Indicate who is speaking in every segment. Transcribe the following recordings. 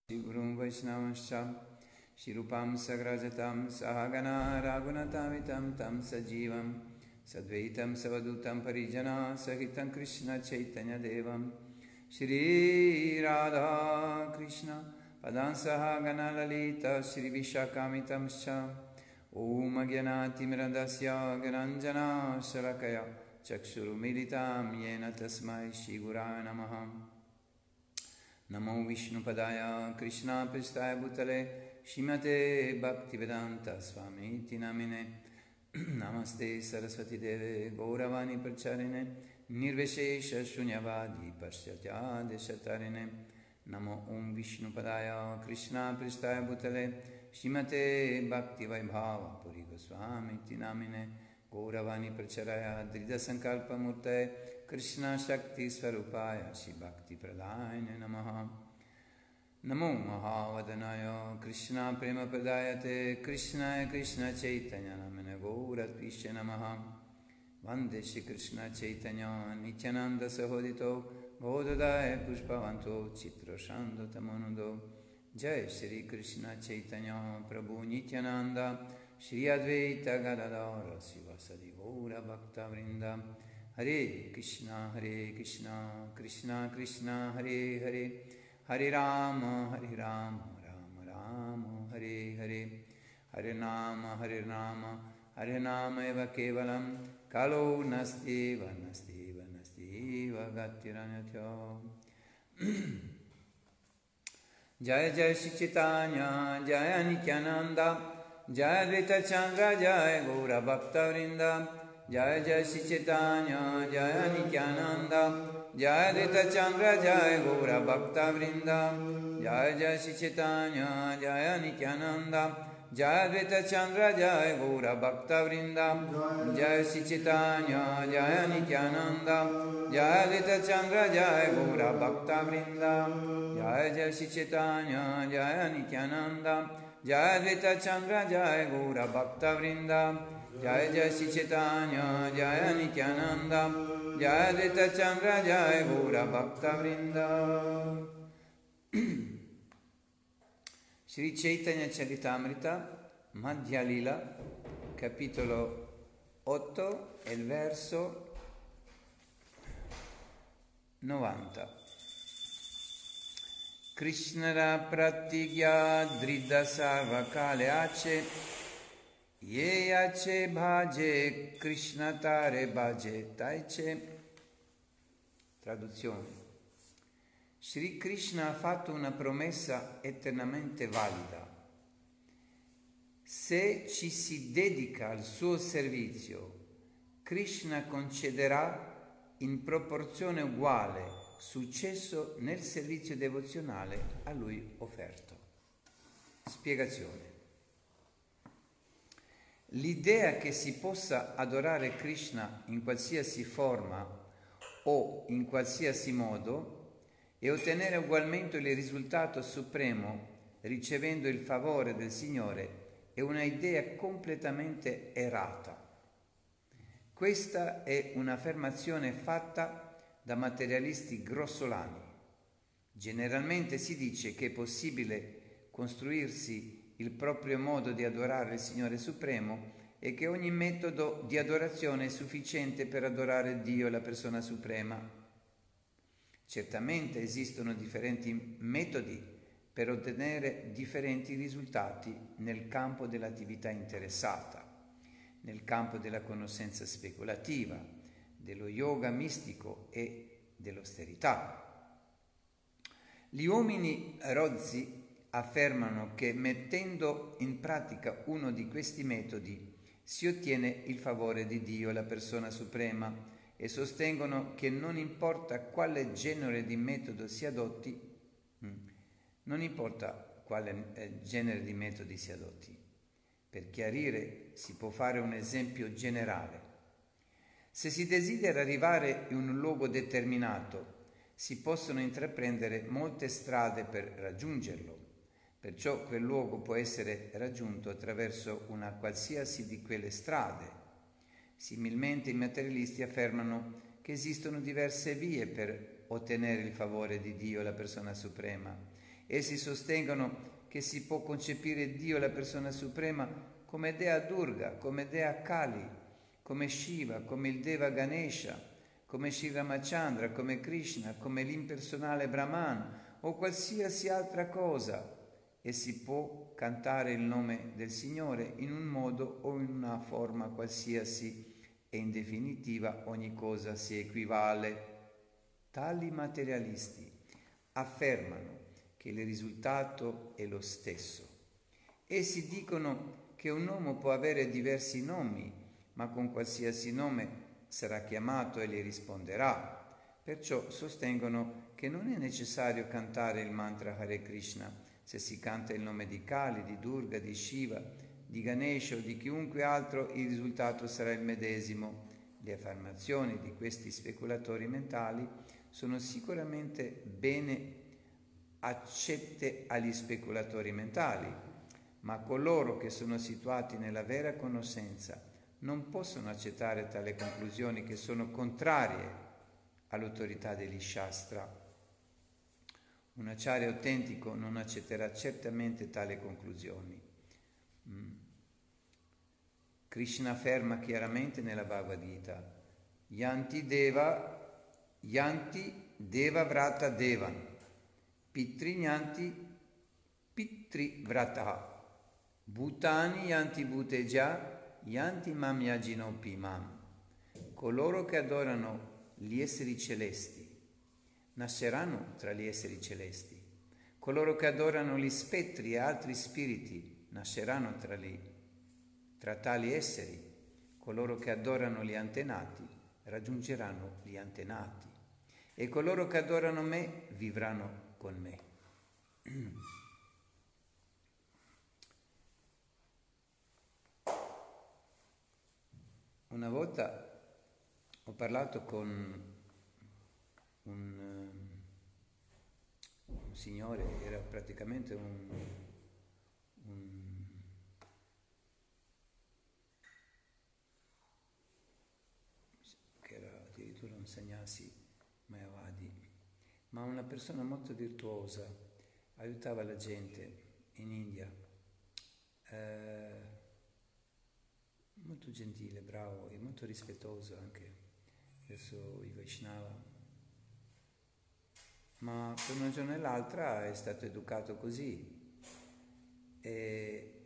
Speaker 1: Gurum Vaishnavascha Shirupam Sagrajatam Sahagana Raghunatamitam Tam Sajivam Sadvaitam Savadutam Parijana Sahitam Krishna Chaitanya Devam Shri Radha Krishna Padan Sahagana Lalita Shri Vishakamitam Sha Om Agyanati Miradasya Granjana Shalakaya Chakshurumilitam Yena Tasmai Shri Guraya Namaha Namo Vishnupadaya Krishna Pristaya Bhutale Shrimate Bhaktivedanta Swami Iti Namine Namaste Saraswati Deve Gauravani Pracharine Nirveshesha Shunyavadi Paschatya Deshatarine Namo Om Vishnupadaya Krishna Pristaya Bhutale Shrimate Bhaktivaibhava Puri Goswami Iti Namine Gauravani Pracharaya Drida Sankalpa Murtaye Krishna Shakti Swarupaya Shri Bhakti Pradayane Namaha Namo Mahavadanaya Krishna Prema Pradayate Krishna Krishna Chaitanya Namane Gaurat Pishe Namaha Vande Shri Krishna Chaitanya Nityananda Sahodito Gaudadaya Pushpavanto Chitrashando Tamonudo Jai Shri Krishna Chaitanya Prabhu Nityananda Shri Advaita Gadadara Sivasadi Gaura Bhakta Vrinda Hare Krishna, Krishna Krishna, Hare Hare, Hare Rama, Rama Rama, Hare Hare, Hare Nama, Hare Nama eva Kevalam, Kalo Nastiva, Gatiranyatyo. Jaya Jaya Shri Chaitanya, Jaya Nityananda, Jaya Advaita Chandra, Jaya Gaura Bhakta Vrinda, Jaya Jaya Shri Chaitanya, Jaya Nityananda, Jaya Advaita Chandra, Jaya Gaura Bhakta Vrinda, Jaya Jaya Shri Chaitanya, Jaya Nityananda, Jaya Advaita Chandra, Jaya Gaura Bhakta Vrinda, Jaya Shri Chaitanya, Jaya Nityananda, Jaya Advaita Chandra, Jaya Gaura Bhakta Vrinda, Jaya Jaya Shri Chaitanya, Jaya Nityananda, Jaya Advaita Chandra, Jaya Gaura Bhakta Vrinda, Jaya Jaya Shri Chaitanya, Jaya Nityananda, Jaya Advaita Chandra, Jaya Gaura Bhakta Vrinda. Sri Chaitanya Charitamrita, Madhya Lila, capitolo 8, e il verso 90. Krishnara pratigya dridha sarva kale ace Ye ace bhaje Krishna tare bhaje taice. Traduzione. Sri Krishna ha fatto una promessa eternamente valida. Se ci si dedica al suo servizio, Krishna concederà in proporzione uguale successo nel servizio devozionale a lui offerto. Spiegazione. L'idea che si possa adorare Krishna in qualsiasi forma o in qualsiasi modo e ottenere ugualmente il risultato supremo ricevendo il favore del Signore è una idea completamente errata. Questa è un'affermazione fatta da materialisti grossolani. Generalmente si dice che è possibile costruirsi il proprio modo di adorare il Signore Supremo e che ogni metodo di adorazione è sufficiente per adorare Dio, la persona suprema. Certamente esistono differenti metodi per ottenere differenti risultati nel campo dell'attività interessata, nel campo della conoscenza speculativa, dello yoga mistico e dell'austerità. Gli uomini rozzi affermano che mettendo in pratica uno di questi metodi si ottiene il favore di Dio, la persona suprema, e sostengono che non importa quale genere di metodo si adotti, Per chiarire si può fare un esempio generale. Se si desidera arrivare in un luogo determinato, si possono intraprendere molte strade per raggiungerlo. Perciò quel luogo può essere raggiunto attraverso una qualsiasi di quelle strade. Similmente i materialisti affermano che esistono diverse vie per ottenere il favore di Dio, la persona suprema, Essi sostengono che si può concepire Dio, la persona suprema, come Dea Durga, come Dea Kali, come Shiva, come il Deva Ganesha, come Sri Ramachandra, come Krishna, come l'impersonale Brahman o qualsiasi altra cosa, e si può cantare il nome del Signore in un modo o in una forma qualsiasi, e in definitiva ogni cosa si equivale. Tali materialisti affermano che il risultato è lo stesso. Essi dicono che un uomo può avere diversi nomi, ma con qualsiasi nome sarà chiamato e gli risponderà. Perciò sostengono che non è necessario cantare il mantra Hare Krishna. Se si canta il nome di Kali, di Durga, di Shiva, di Ganesha o di chiunque altro, il risultato sarà il medesimo. Le affermazioni di questi speculatori mentali sono sicuramente bene accette agli speculatori mentali, ma coloro che sono situati nella vera conoscenza non possono accettare tali conclusioni, che sono contrarie all'autorità degli Shastra. Un acharya autentico non accetterà certamente tali conclusioni. Krishna afferma chiaramente nella Bhagavad Gita: Yanti Deva Vrata Devan, Pitri Vrata, Bhutani Yanti Bhuteja, Yanti Mam Yajinopi Mam. Coloro che adorano gli esseri celesti nasceranno tra gli esseri celesti. Coloro che adorano gli spettri e altri spiriti nasceranno tra tali esseri. Coloro che adorano gli antenati raggiungeranno gli antenati. E coloro che adorano me vivranno con me. Una volta ho parlato con un signore, era praticamente che era addirittura un sannyasi Mayavadi, ma una persona molto virtuosa, aiutava la gente in India, molto gentile, bravo e molto rispettoso anche verso i Vaishnava. Ma per una giorno e l'altra è stato educato così, e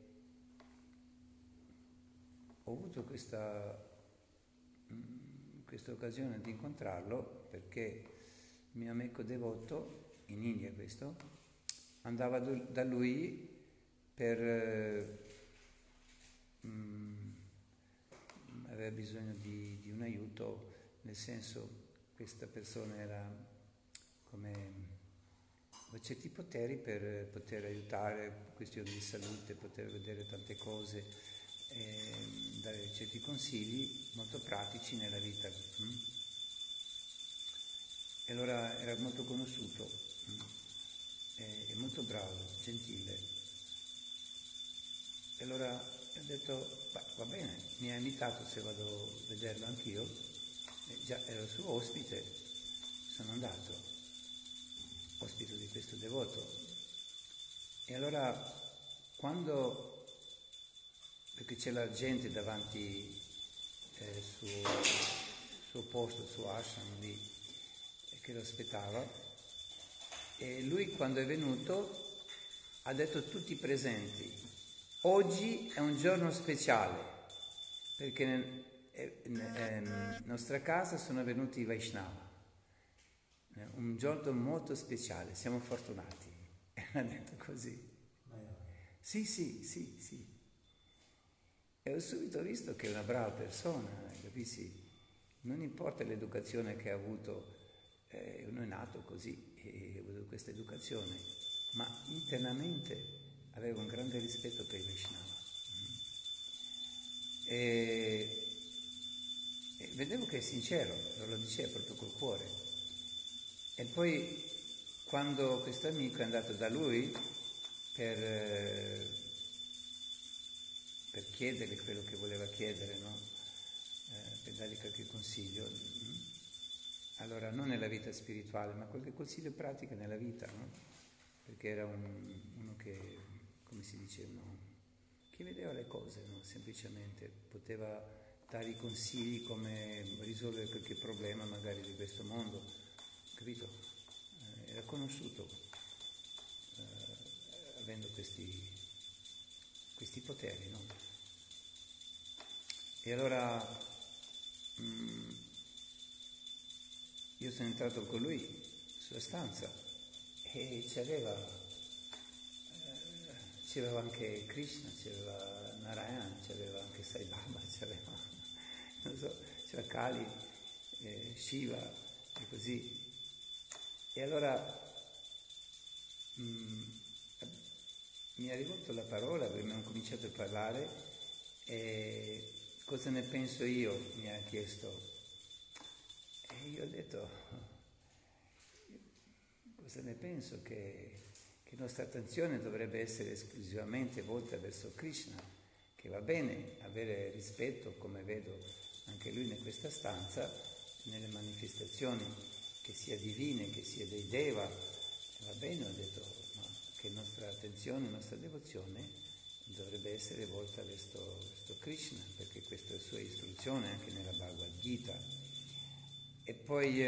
Speaker 1: ho avuto questa occasione di incontrarlo perché il mio amico devoto, in India questo, andava da lui per aveva bisogno di un aiuto, nel senso questa persona era come certi poteri per poter aiutare, questioni di salute, poter vedere tante cose, dare certi consigli molto pratici nella vita. E allora era molto conosciuto, e molto bravo, gentile. E allora ho detto, va bene, mi ha invitato se vado a vederlo anch'io, già ero suo ospite, sono andato. Ospite di questo devoto. E allora perché c'era gente davanti suo posto, il suo ashram lì, che lo aspettava, e lui quando è venuto ha detto a tutti i presenti: oggi è un giorno speciale perché in nostra casa sono venuti i Vaishnava. Un giorno molto speciale, siamo fortunati. E ha detto così. Sì. E ho subito visto che è una brava persona, capisci? Non importa l'educazione che ha avuto, uno è nato così e ha avuto questa educazione, ma internamente aveva un grande rispetto per i Vaishnava. E vedevo che è sincero, lo diceva proprio col cuore. E poi quando questo amico è andato da lui per chiedergli quello che voleva chiedere, no? Per dargli qualche consiglio, allora non nella vita spirituale, ma qualche consiglio pratico nella vita, no? perché era uno che, come si dice, che vedeva le cose, no? Semplicemente poteva dare i consigli come risolvere qualche problema magari di questo mondo, capito? Era conosciuto avendo questi poteri, no? E allora io sono entrato con lui sulla stanza e c'aveva anche Krishna, c'aveva Narayana, c'aveva anche Sai Baba, c'aveva, non so, c'era Kali, Shiva e così. E allora mi è arrivata la parola, abbiamo cominciato a parlare e cosa ne penso io, mi ha chiesto. E io ho detto, cosa ne penso? Che nostra attenzione dovrebbe essere esclusivamente volta verso Krishna, che va bene avere rispetto, come vedo anche lui in questa stanza, nelle manifestazioni, che sia divine, che sia dei Deva, va bene, ho detto, ma che nostra attenzione, nostra devozione dovrebbe essere volta verso Krishna, perché questa è la sua istruzione anche nella Bhagavad Gita. E poi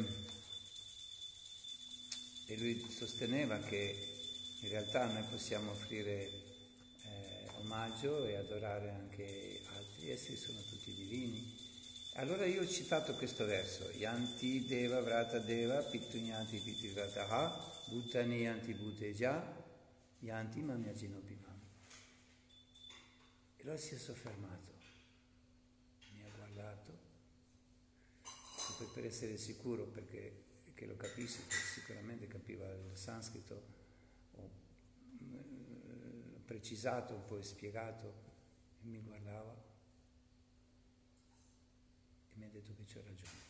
Speaker 1: e lui sosteneva che in realtà noi possiamo offrire omaggio e adorare anche altri esseri, sono tutti divini. Allora io ho citato questo verso, Yanti Deva Vrata Deva Pittunyanti Pittivrataha Bhuttani Yanti Bhuteja Yanti Mamyajino Bimam. E allora si è soffermato, mi ha guardato, e poi per essere sicuro, perché che lo capissi, sicuramente capiva il sanscrito, ho precisato, un po' spiegato, e mi guardava e mi ha detto che c'ho ragione.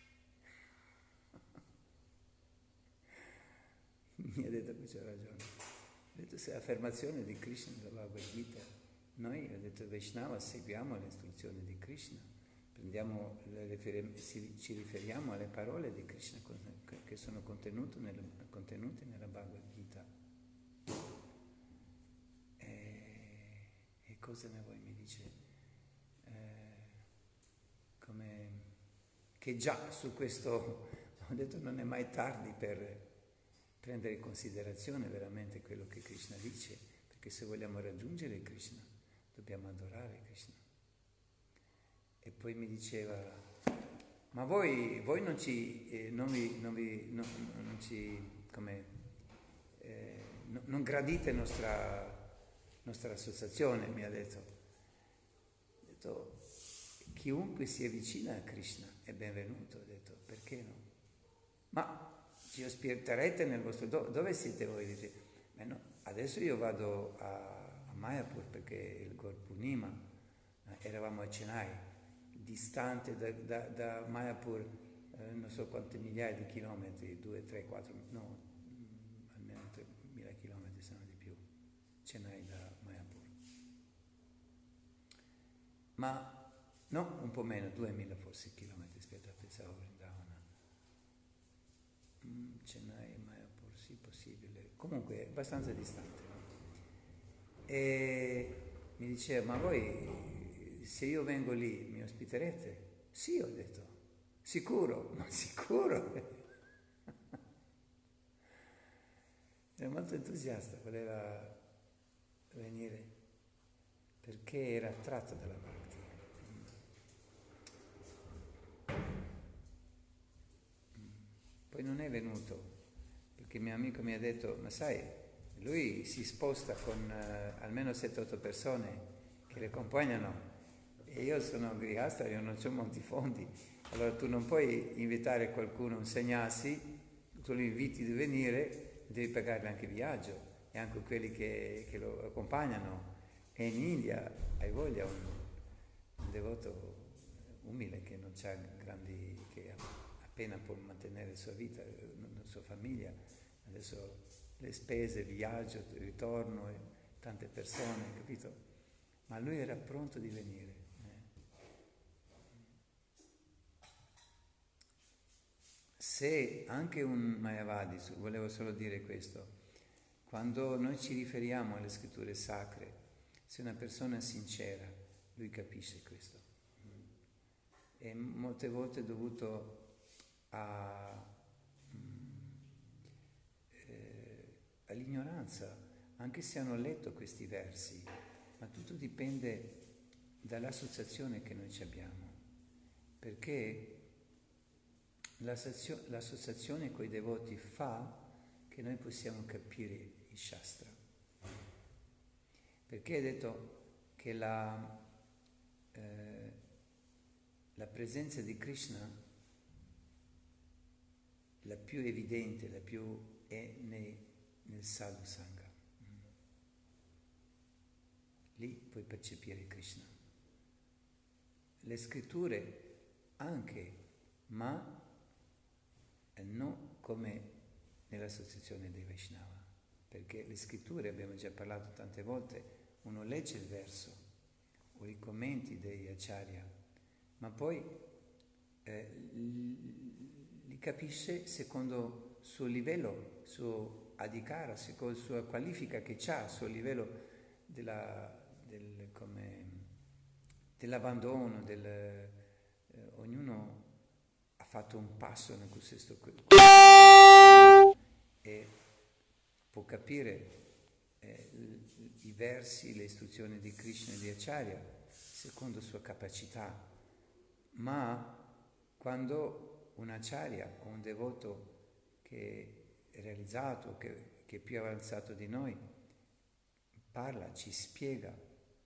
Speaker 1: Mi ha detto che c'ho ragione. Ha detto, se l'affermazione di Krishna della Bhagavad Gita, noi, ha detto Vaishnava, seguiamo le istruzioni di Krishna, ci riferiamo alle parole di Krishna che sono contenute nella Bhagavad Gita. E cosa ne vuoi? Mi dice, che già su questo, ho detto, non è mai tardi per prendere in considerazione veramente quello che Krishna dice, perché se vogliamo raggiungere Krishna dobbiamo adorare Krishna. E poi mi diceva, ma voi non gradite nostra associazione, mi ha detto. Ho detto, chiunque si avvicina a Krishna è benvenuto, ho detto, perché no? Ma ci ospiterete nel vostro... dove siete voi? Dite, no, adesso io vado a Mayapur perché il Gaur Purnima, eravamo a Chennai, distante da Mayapur non so quante migliaia di chilometri, 2, 3, 4, no, almeno 3.000 chilometri, se non di più, Chennai da Mayapur. Ma no, un po' meno, 2.000 forse chilometri, aspetta, pensavo a Vrindavana. Chennai, Mayapur, sì, possibile, comunque abbastanza distante, no? E mi diceva, ma voi se io vengo lì mi ospiterete? Sì, ho detto, sicuro, ma sicuro. Era molto entusiasta, voleva venire perché era attratto dalla Bhakti. Poi non è venuto perché mio amico mi ha detto, ma sai, lui si sposta con almeno 7-8 persone che le accompagnano e io sono grihasta, io non ho molti fondi, allora tu non puoi invitare qualcuno, un sannyasi, tu lo inviti di venire, devi pagargli anche il viaggio e anche quelli che lo accompagnano. E in India hai voglia un devoto umile che non ha grandi, che appena può mantenere la sua vita, la sua famiglia, adesso le spese, viaggio, ritorno, e tante persone, capito? Ma lui era pronto di venire. Se anche un Mayavadi, volevo solo dire questo, quando noi ci riferiamo alle scritture sacre, se una persona è sincera, lui capisce questo. E molte volte è dovuto all'ignoranza, anche se hanno letto questi versi, ma tutto dipende dall'associazione che noi ci abbiamo, perché l'associazione con i devoti fa che noi possiamo capire i Shastra. Perché è detto che la presenza di Krishna, la più evidente, la più è nel sadhu sangha. Lì puoi percepire Krishna. Le scritture anche, ma non come nell'associazione dei Vaishnava, perché le scritture, abbiamo già parlato tante volte, uno legge il verso o i commenti degli acharya, ma poi li capisce secondo il suo livello, suo adhikara, secondo la sua qualifica che ha, il suo livello dell'abbandono, ognuno ha fatto un passo nel questo e può capire i versi, le istruzioni di Krishna e di Acharya secondo sua capacità. Ma quando un Acharya o un devoto che è realizzato, che è più avanzato di noi, parla, ci spiega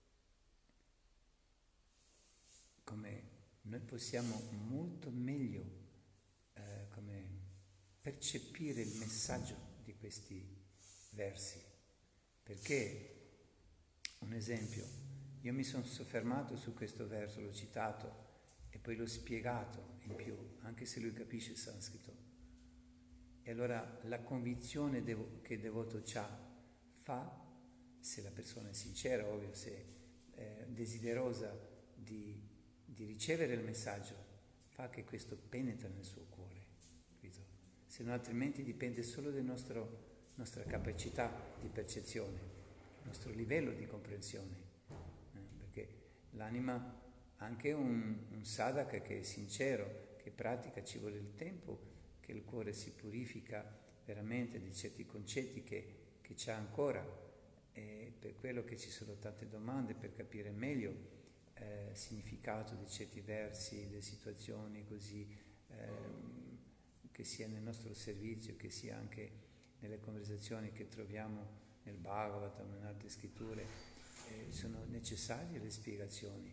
Speaker 1: come noi possiamo molto meglio come percepire il messaggio di questi versi. Perché, un esempio, io mi sono soffermato su questo verso, l'ho citato e poi l'ho spiegato in più, anche se lui capisce il sanscrito. E allora la convinzione che il devoto fa, se la persona è sincera, ovvio, se è desiderosa di ricevere il messaggio, fa che questo penetra nel suo cuore, capito? Se no altrimenti dipende solo dalla nostra capacità di percezione, il nostro livello di comprensione, perché l'anima, anche un sadhaka che è sincero, che pratica, ci vuole il tempo che il cuore si purifica veramente di certi concetti che c'ha ancora, e per quello che ci sono tante domande per capire meglio significato di certi versi, le situazioni così, che sia nel nostro servizio, che sia anche nelle conversazioni che troviamo nel Bhagavatam, in altre scritture, sono necessarie le spiegazioni,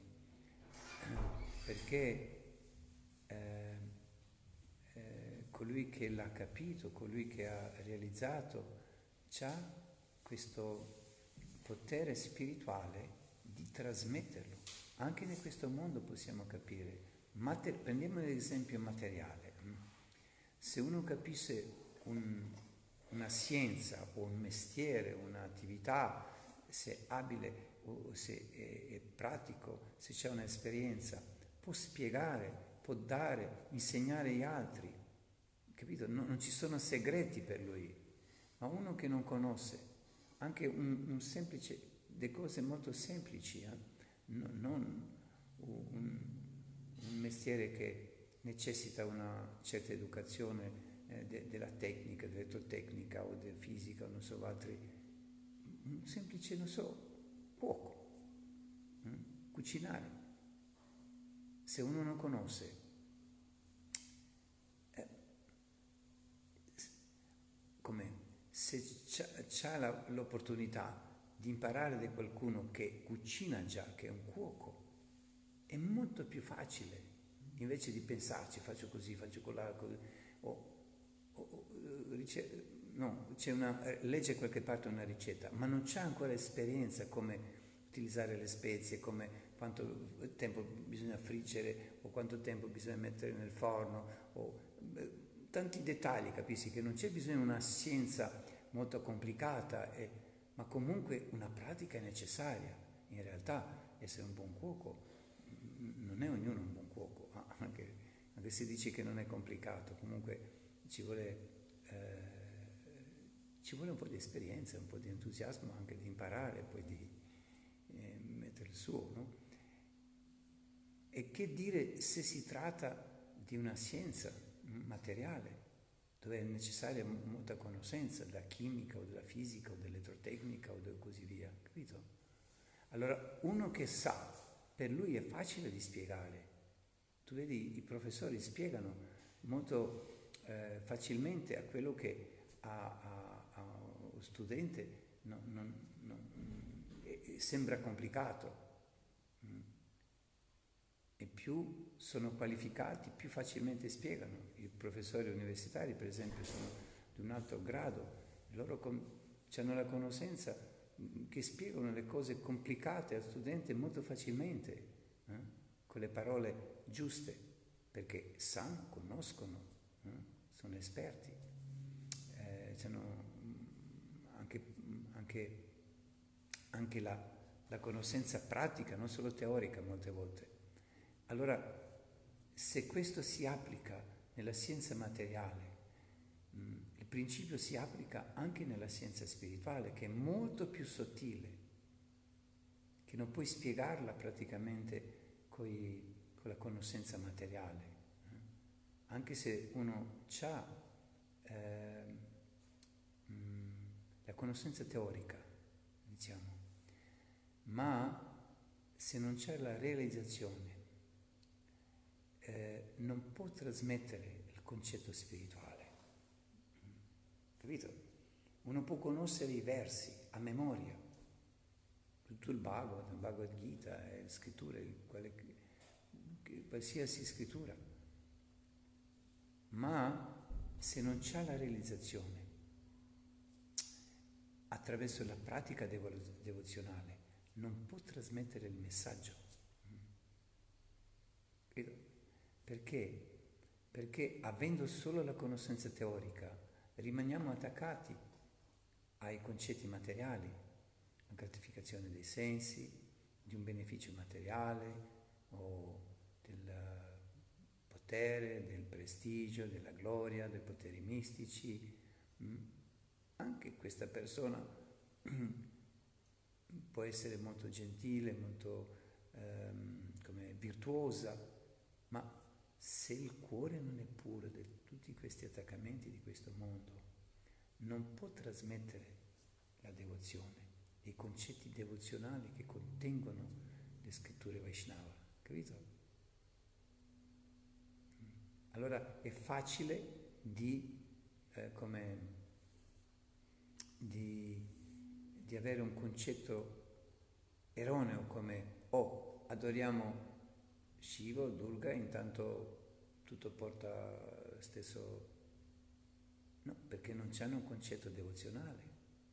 Speaker 1: perché colui che l'ha capito, colui che ha realizzato, ha questo potere spirituale di trasmetterlo. Anche in questo mondo possiamo capire. Prendiamo un esempio materiale. Se uno capisce una scienza o un mestiere, un'attività, se è abile o se è pratico, se c'è un'esperienza, può spiegare, può dare, insegnare agli altri, capito? Non ci sono segreti per lui. Ma uno che non conosce, anche un semplice, le cose molto semplici, non un mestiere che necessita una certa educazione della tecnica, dell'elettrotecnica o della fisica, non so, altri, un semplice, non so, cuoco, cucinare. Se uno non conosce, come se c'ha l'opportunità di imparare da qualcuno che cucina già, che è un cuoco, è molto più facile, invece di pensarci, faccio così, faccio quella, c'è legge qualche parte una ricetta, ma non c'ha ancora esperienza come utilizzare le spezie, come quanto tempo bisogna friggere o quanto tempo bisogna mettere nel forno, o tanti dettagli, capisci? Che non c'è bisogno di una scienza molto complicata, ma comunque una pratica è necessaria. In realtà essere un buon cuoco non è ognuno un buon cuoco, anche se dici che non è complicato, comunque ci ci vuole un po' di esperienza, un po' di entusiasmo anche di imparare, poi di mettere il suo, no? E che dire se si tratta di una scienza materiale, dove è necessaria molta conoscenza della chimica o della fisica o dell'elettrotecnica o così via, capito? Allora, uno che sa, per lui è facile di spiegare. Tu vedi, i professori spiegano molto facilmente a quello che a uno studente sembra complicato. E più sono qualificati, più facilmente spiegano. I professori universitari, per esempio, sono di un alto grado, loro hanno la conoscenza che spiegano le cose complicate al studente molto facilmente, con le parole giuste, perché sanno, conoscono, sono esperti, hanno anche la conoscenza pratica, non solo teorica molte volte. Allora, se questo si applica nella scienza materiale, il principio si applica anche nella scienza spirituale, che è molto più sottile, che non puoi spiegarla praticamente con la conoscenza materiale, anche se uno ha la conoscenza teorica, diciamo, ma se non c'è la realizzazione, non può trasmettere il concetto spirituale, capito? Uno può conoscere i versi a memoria, tutto il Bhagavad Gita, le scritture, qualsiasi scrittura, ma se non c'è la realizzazione attraverso la pratica devozionale, non può trasmettere il messaggio. Perché? Perché avendo solo la conoscenza teorica rimaniamo attaccati ai concetti materiali, la gratificazione dei sensi, di un beneficio materiale o del potere, del prestigio, della gloria, dei poteri mistici. Anche questa persona può essere molto gentile, molto virtuosa, ma se il cuore non è puro di tutti questi attaccamenti di questo mondo, non può trasmettere la devozione e i concetti devozionali che contengono le scritture Vaishnava, capito? Allora è facile di avere un concetto erroneo come adoriamo Shiva o Durga, intanto tutto porta stesso. No, perché non c'hanno un concetto devozionale.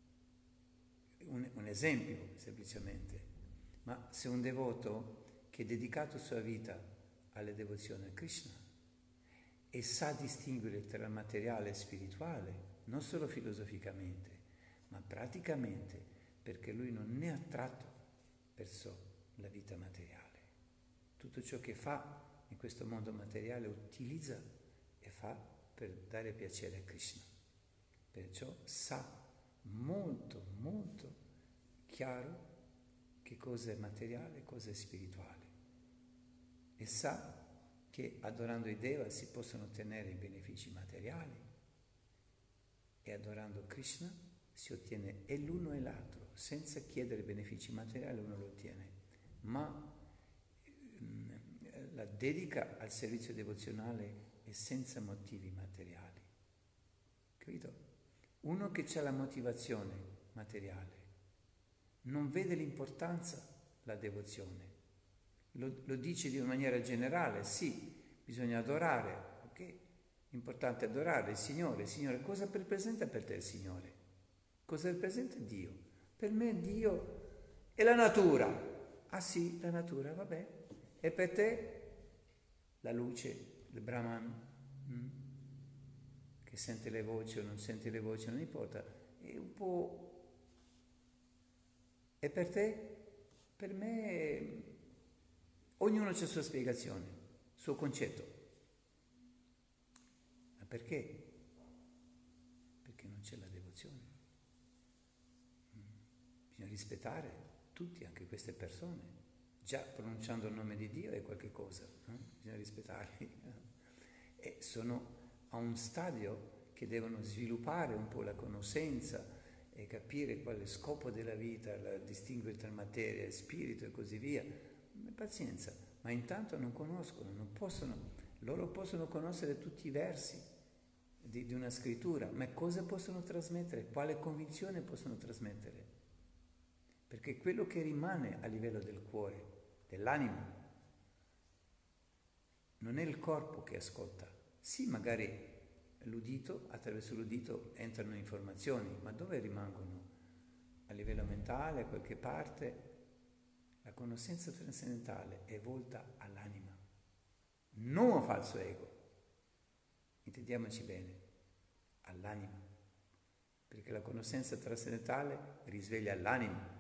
Speaker 1: Un esempio, semplicemente. Ma se un devoto che ha dedicato sua vita alle devozioni a Krishna e sa distinguere tra materiale e spirituale, non solo filosoficamente, ma praticamente, perché lui non è attratto verso la vita materiale. Tutto ciò che fa in questo mondo materiale utilizza e fa per dare piacere a Krishna. Perciò sa molto, molto chiaro che cosa è materiale e cosa è spirituale. E sa che adorando i Deva si possono ottenere i benefici materiali e adorando Krishna si ottiene e l'uno e l'altro. Senza chiedere benefici materiali uno lo ottiene. Ma la dedica al servizio devozionale è senza motivi materiali. Capito? Uno che ha la motivazione materiale non vede l'importanza della devozione. Lo dice di una maniera generale, sì, bisogna adorare, ok? Importante adorare il Signore. Signore, cosa rappresenta per te il Signore? Cosa rappresenta Dio? Per me Dio è la natura. Ah sì, la natura, vabbè. E per te la luce, il Brahman, che sente le voci o non sente le voci, non importa, è un po'. E per te? Per me ognuno ha la sua spiegazione, il suo concetto. Ma perché? Perché non c'è la devozione. rispettare tutti, anche queste persone. Già pronunciando il nome di Dio è qualche cosa, bisogna rispettarli. E sono a un stadio che devono sviluppare un po' la conoscenza e capire qual è lo scopo della vita, distinguere tra materia e spirito e così via. Pazienza, ma intanto non conoscono, non possono, loro possono conoscere tutti i versi di una scrittura, ma cosa possono trasmettere? Quale convinzione possono trasmettere? Perché quello che rimane a livello del cuore, dell'anima, non è il corpo che ascolta. Sì, magari l'udito, attraverso l'udito entrano informazioni, ma dove rimangono? A livello mentale, a qualche parte? La conoscenza trascendentale è volta all'anima, non a falso ego. Intendiamoci bene, all'anima, perché la conoscenza trascendentale risveglia l'anima.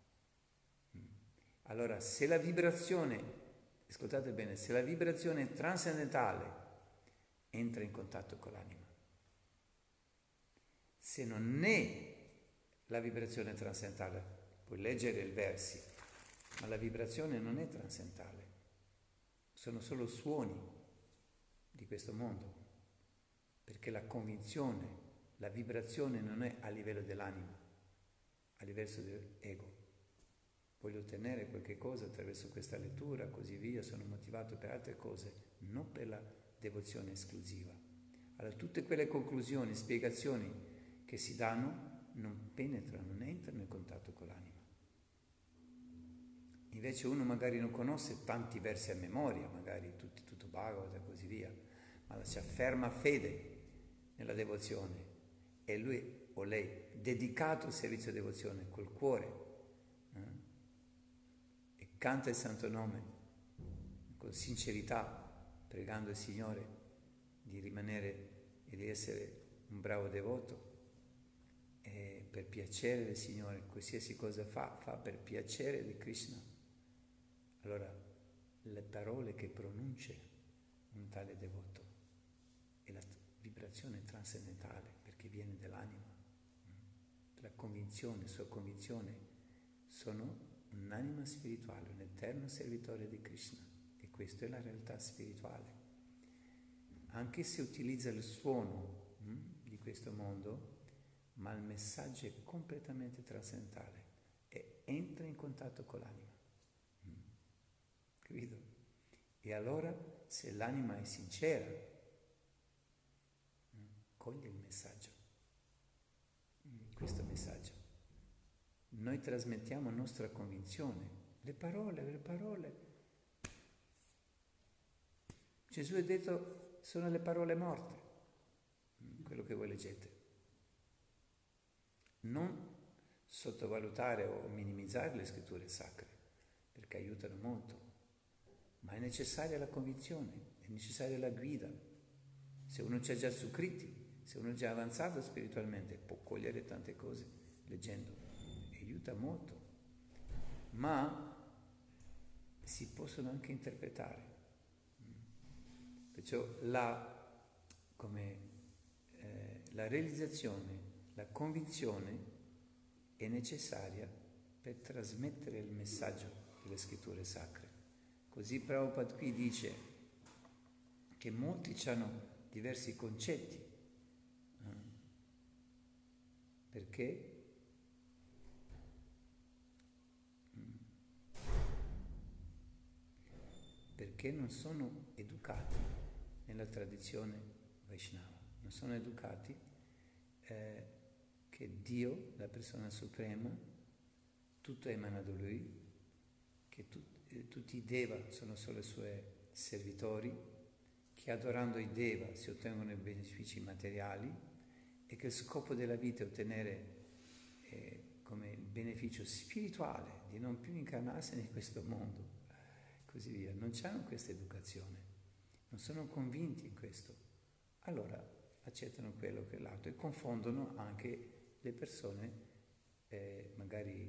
Speaker 1: Allora, se la vibrazione, ascoltate bene, se la vibrazione trascendentale entra in contatto con l'anima, se non è la vibrazione trascendentale, puoi leggere i versi, ma la vibrazione non è trascendentale, sono solo suoni di questo mondo, perché la convinzione, la vibrazione non è a livello dell'anima, a livello dell'ego. Voglio ottenere qualche cosa attraverso questa lettura, così via, sono motivato per altre cose, non per la devozione esclusiva. Allora tutte quelle conclusioni, spiegazioni che si danno non penetrano, non entrano in contatto con l'anima. Invece uno magari non conosce tanti versi a memoria, magari tutto Bhagavad e così via, ma c'è ferma fede nella devozione e lui o lei dedicato al servizio di devozione col cuore e canta il santo nome con sincerità, pregando il Signore di rimanere e di essere un bravo devoto e per piacere del Signore, qualsiasi cosa fa per piacere di Krishna. Allora le parole che pronuncia un tale devoto è la vibrazione trascendentale, perché viene dall'anima. La convinzione, sua convinzione, sono un'anima spirituale, un eterno servitore di Krishna, e questa è la realtà spirituale. Anche se utilizza il suono di questo mondo, ma il messaggio è completamente trascendentale e entra in contatto con l'anima. Capito? E allora, se l'anima è sincera, coglie il messaggio, questo messaggio. Noi trasmettiamo nostra convinzione, le parole. Gesù ha detto, sono le parole morte, quello che voi leggete. Non sottovalutare o minimizzare le scritture sacre, perché aiutano molto, ma è necessaria la convinzione, è necessaria la guida. Se uno c'è già su Kriti, se uno è già avanzato spiritualmente, può cogliere tante cose leggendo, aiuta molto, ma si possono anche interpretare. Perciò la realizzazione, la convinzione è necessaria per trasmettere il messaggio delle scritture sacre. Così Prabhupada qui dice che molti hanno diversi concetti, perché non sono educati nella tradizione Vaishnava, non sono educati che Dio, la persona suprema, tutto emana da Lui, che tutti i Deva sono solo i Suoi servitori, che adorando i Deva si ottengono i benefici materiali e che il scopo della vita è ottenere come il beneficio spirituale di non più incarnarsi in questo mondo, così via. Non hanno questa educazione, non sono convinti in questo. Allora accettano quello che è l'altro e confondono anche le persone magari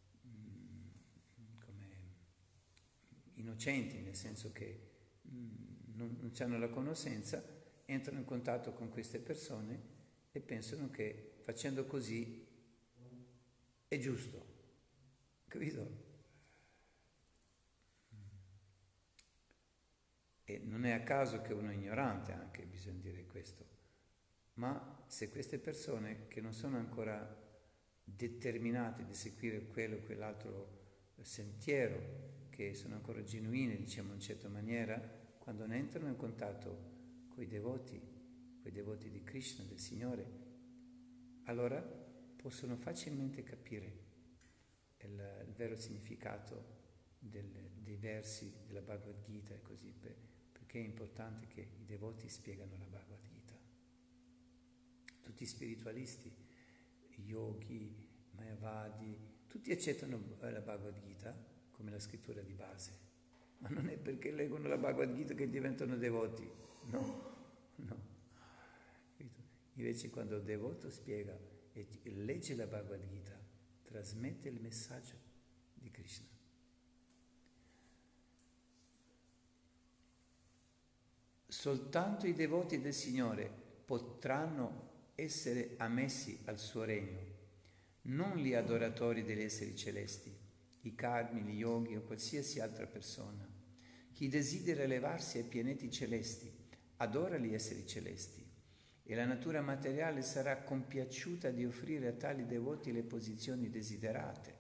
Speaker 1: come innocenti, nel senso che non hanno la conoscenza, entrano in contatto con queste persone e pensano che facendo così è giusto. capito? E non è a caso che uno è ignorante, anche bisogna dire questo, ma se queste persone che non sono ancora determinate di seguire quello o quell'altro sentiero, che sono ancora genuine, diciamo in una certa maniera, quando ne entrano in contatto con i devoti di Krishna, del Signore, allora possono facilmente capire il vero significato dei versi della Bhagavad Gita e così, perché è importante che i devoti spiegano la Bhagavad Gita. Tutti i spiritualisti, yogi, mayavadi, tutti accettano la Bhagavad Gita come la scrittura di base, ma non è perché leggono la Bhagavad Gita che diventano devoti, no. Invece quando il devoto spiega e legge la Bhagavad Gita, trasmette il messaggio di Krishna. Soltanto i devoti del Signore potranno essere ammessi al suo regno, non gli adoratori degli esseri celesti, i karmi, gli yogi o qualsiasi altra persona. Chi desidera elevarsi ai pianeti celesti adora gli esseri celesti e la natura materiale sarà compiaciuta di offrire a tali devoti le posizioni desiderate.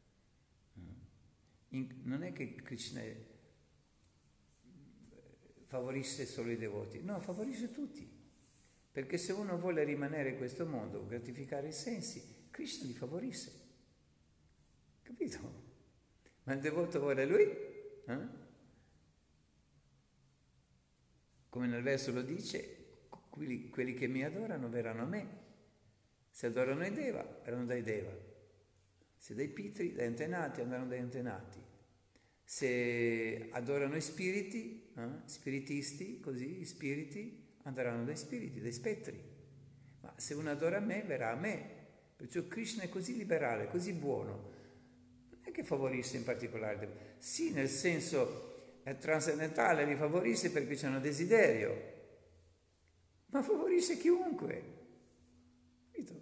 Speaker 1: Non è che Krishna favorisce solo i devoti, no, favorisce tutti, perché se uno vuole rimanere in questo mondo, gratificare i sensi, Krishna li favorisce, capito? Ma il devoto vuole lui? Come nel verso lo dice, quelli che mi adorano verranno a me. Se adorano i Deva, verranno dai Deva. Se dai Pitri, dai antenati, andranno dai antenati. Se adorano i spiriti, spiritisti, così, i spiriti, andranno dai spiriti, dai spettri. Ma se uno adora me, verrà a me. Perciò Krishna è così liberale, così buono. Non è che favorisce in particolare. Sì, nel senso trascendentale li favorisce perché c'è un desiderio, ma favorisce chiunque. Capito?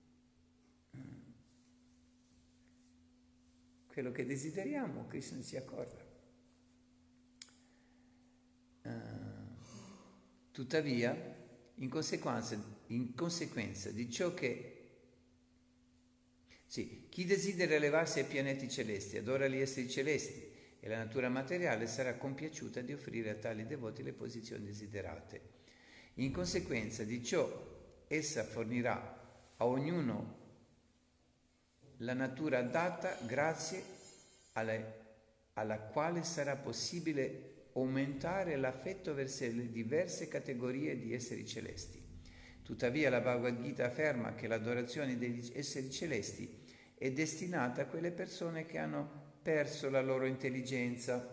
Speaker 1: Quello che desideriamo, Krishna ci accorda. Tuttavia, in conseguenza di ciò che chi desidera elevarsi ai pianeti celesti adora gli esseri celesti e la natura materiale sarà compiaciuta di offrire a tali devoti le posizioni desiderate. In conseguenza di ciò, essa fornirà a ognuno la natura data grazie alla quale sarà possibile aumentare l'affetto verso le diverse categorie di esseri celesti. Tuttavia la Bhagavad Gita afferma che l'adorazione degli esseri celesti è destinata a quelle persone che hanno perso la loro intelligenza.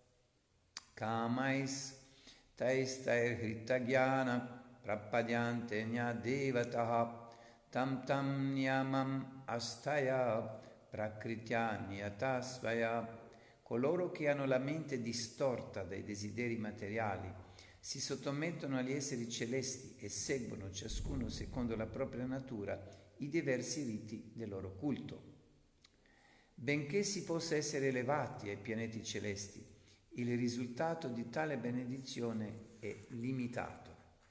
Speaker 1: Kamais taistair hrittagyana prapadyante nyadevataha tam tam niyamam astaya prakritya niyatasvaya. Coloro che hanno la mente distorta dai desideri materiali si sottomettono agli esseri celesti e seguono ciascuno secondo la propria natura i diversi riti del loro culto. Benché si possa essere elevati ai pianeti celesti, il risultato di tale benedizione è limitato.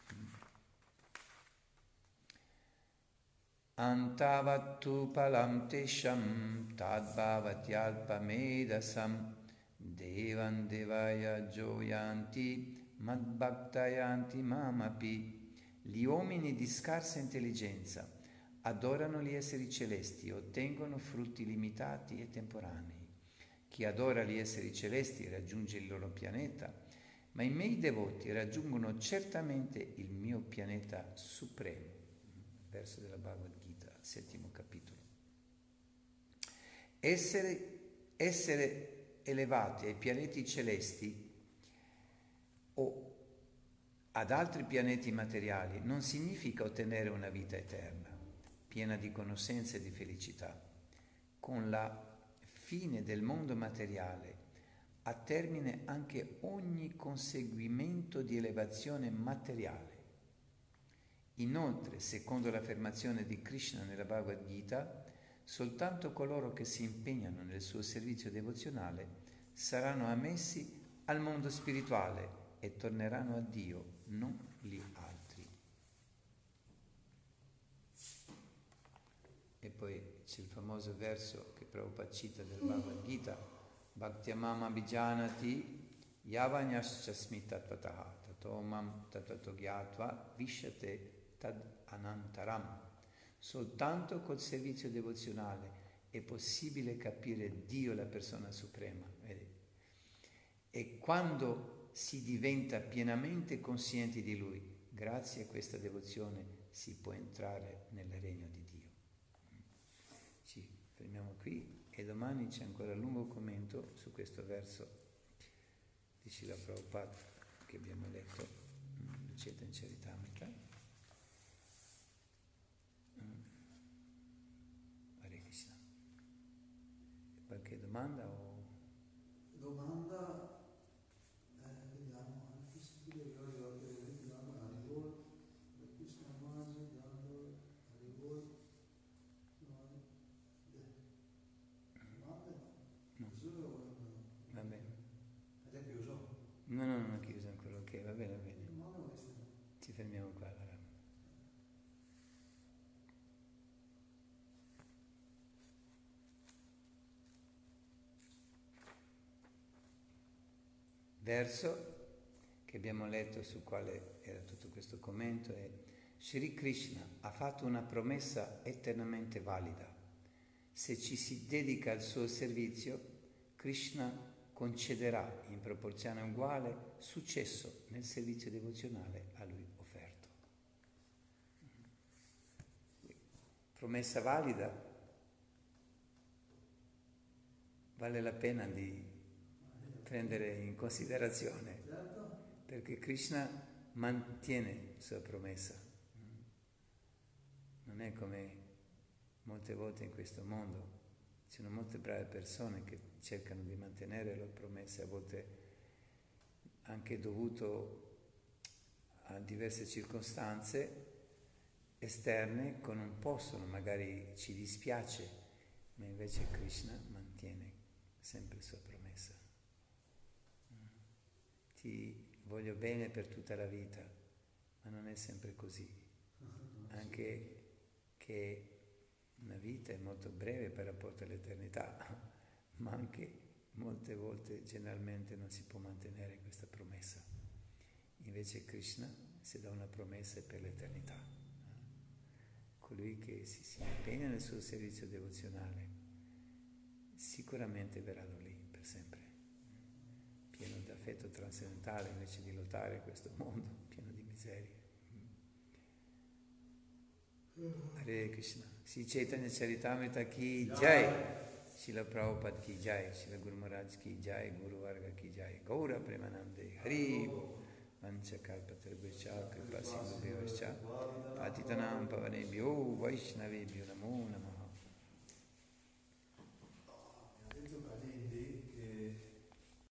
Speaker 1: Antavattu palam tesham tadbhavatyalpamedasam devan devaya joyanti madbhaktayanti mamapi. Gli uomini di scarsa intelligenza adorano gli esseri celesti e ottengono frutti limitati e temporanei. Chi adora gli esseri celesti raggiunge il loro pianeta, ma i miei devoti raggiungono certamente il mio pianeta supremo. Verso della Bhagavad Gita, 7° capitolo. Essere elevati ai pianeti celesti o ad altri pianeti materiali non significa ottenere una vita eterna, piena di conoscenza e di felicità. Con la fine del mondo materiale a termine anche ogni conseguimento di elevazione materiale. Inoltre, secondo l'affermazione di Krishna nella Bhagavad Gita, Soltanto coloro che si impegnano nel suo servizio devozionale saranno ammessi al mondo spirituale e torneranno a Dio, non gli altri. E poi c'è il famoso verso che Prabhupada cita del Bhagavad Gita: Bhaktyamam abhijanati yavanyasmi tatvataha tatomam tatato gyatva vishyate tad anantaram. Soltanto col servizio devozionale è possibile capire Dio, la persona suprema. Vedi? E quando si diventa pienamente conscienti di Lui, grazie a questa devozione si può entrare nel regno di Dio. Ci fermiamo qui e domani c'è ancora un lungo commento su questo verso di Srila Prabhupada che abbiamo letto, Chaitanya Charitamrita. Hare Krishna. Qualche domanda o?
Speaker 2: Domanda, vediamo, anche se vediamo Haribol, Krishna Maji, Dando, Haribol, domande no? Chiusure o no?
Speaker 1: Va bene.
Speaker 2: È già chiuso?
Speaker 1: No, non ho chiuso ancora, ok, va bene, va bene.
Speaker 2: Domande o queste?
Speaker 1: Ci fermiamo qua allora. Verso che abbiamo letto, sul quale era tutto questo commento, è: Shri Krishna ha fatto una promessa eternamente valida. Se ci si dedica al suo servizio, Krishna concederà in proporzione uguale successo nel servizio devozionale a lui offerto. Promessa valida, vale la pena di prendere in considerazione, perché Krishna mantiene la sua promessa. Non è come molte volte in questo mondo, ci sono molte brave persone che cercano di mantenere le promesse, a volte anche dovuto a diverse circostanze esterne che non possono, magari ci dispiace, ma invece Krishna mantiene sempre la sua promessa. Ti voglio bene per tutta la vita, ma non è sempre così. Anche che una vita è molto breve per rapporto all'eternità, ma anche molte volte, generalmente, non si può mantenere questa promessa. Invece Krishna si dà una promessa per l'eternità. Colui che si impegna nel suo servizio devozionale sicuramente verrà lì per sempre, pieno di affetto trascendentale, invece di lottare in questo mondo pieno di miserie. Hare Krishna. Sri Chaitanya Charitamrita ki jai, Srila Prabhupada ki jai, Srila Guru Maharaj ki jai, Guru Varga ki jai, Gaura Premanande Hari Vancha Kalpatarvescha Kripa Sindhu Vyavascha Patitanam Pavanebhyo Vaishnavebhyo Namo Namaha.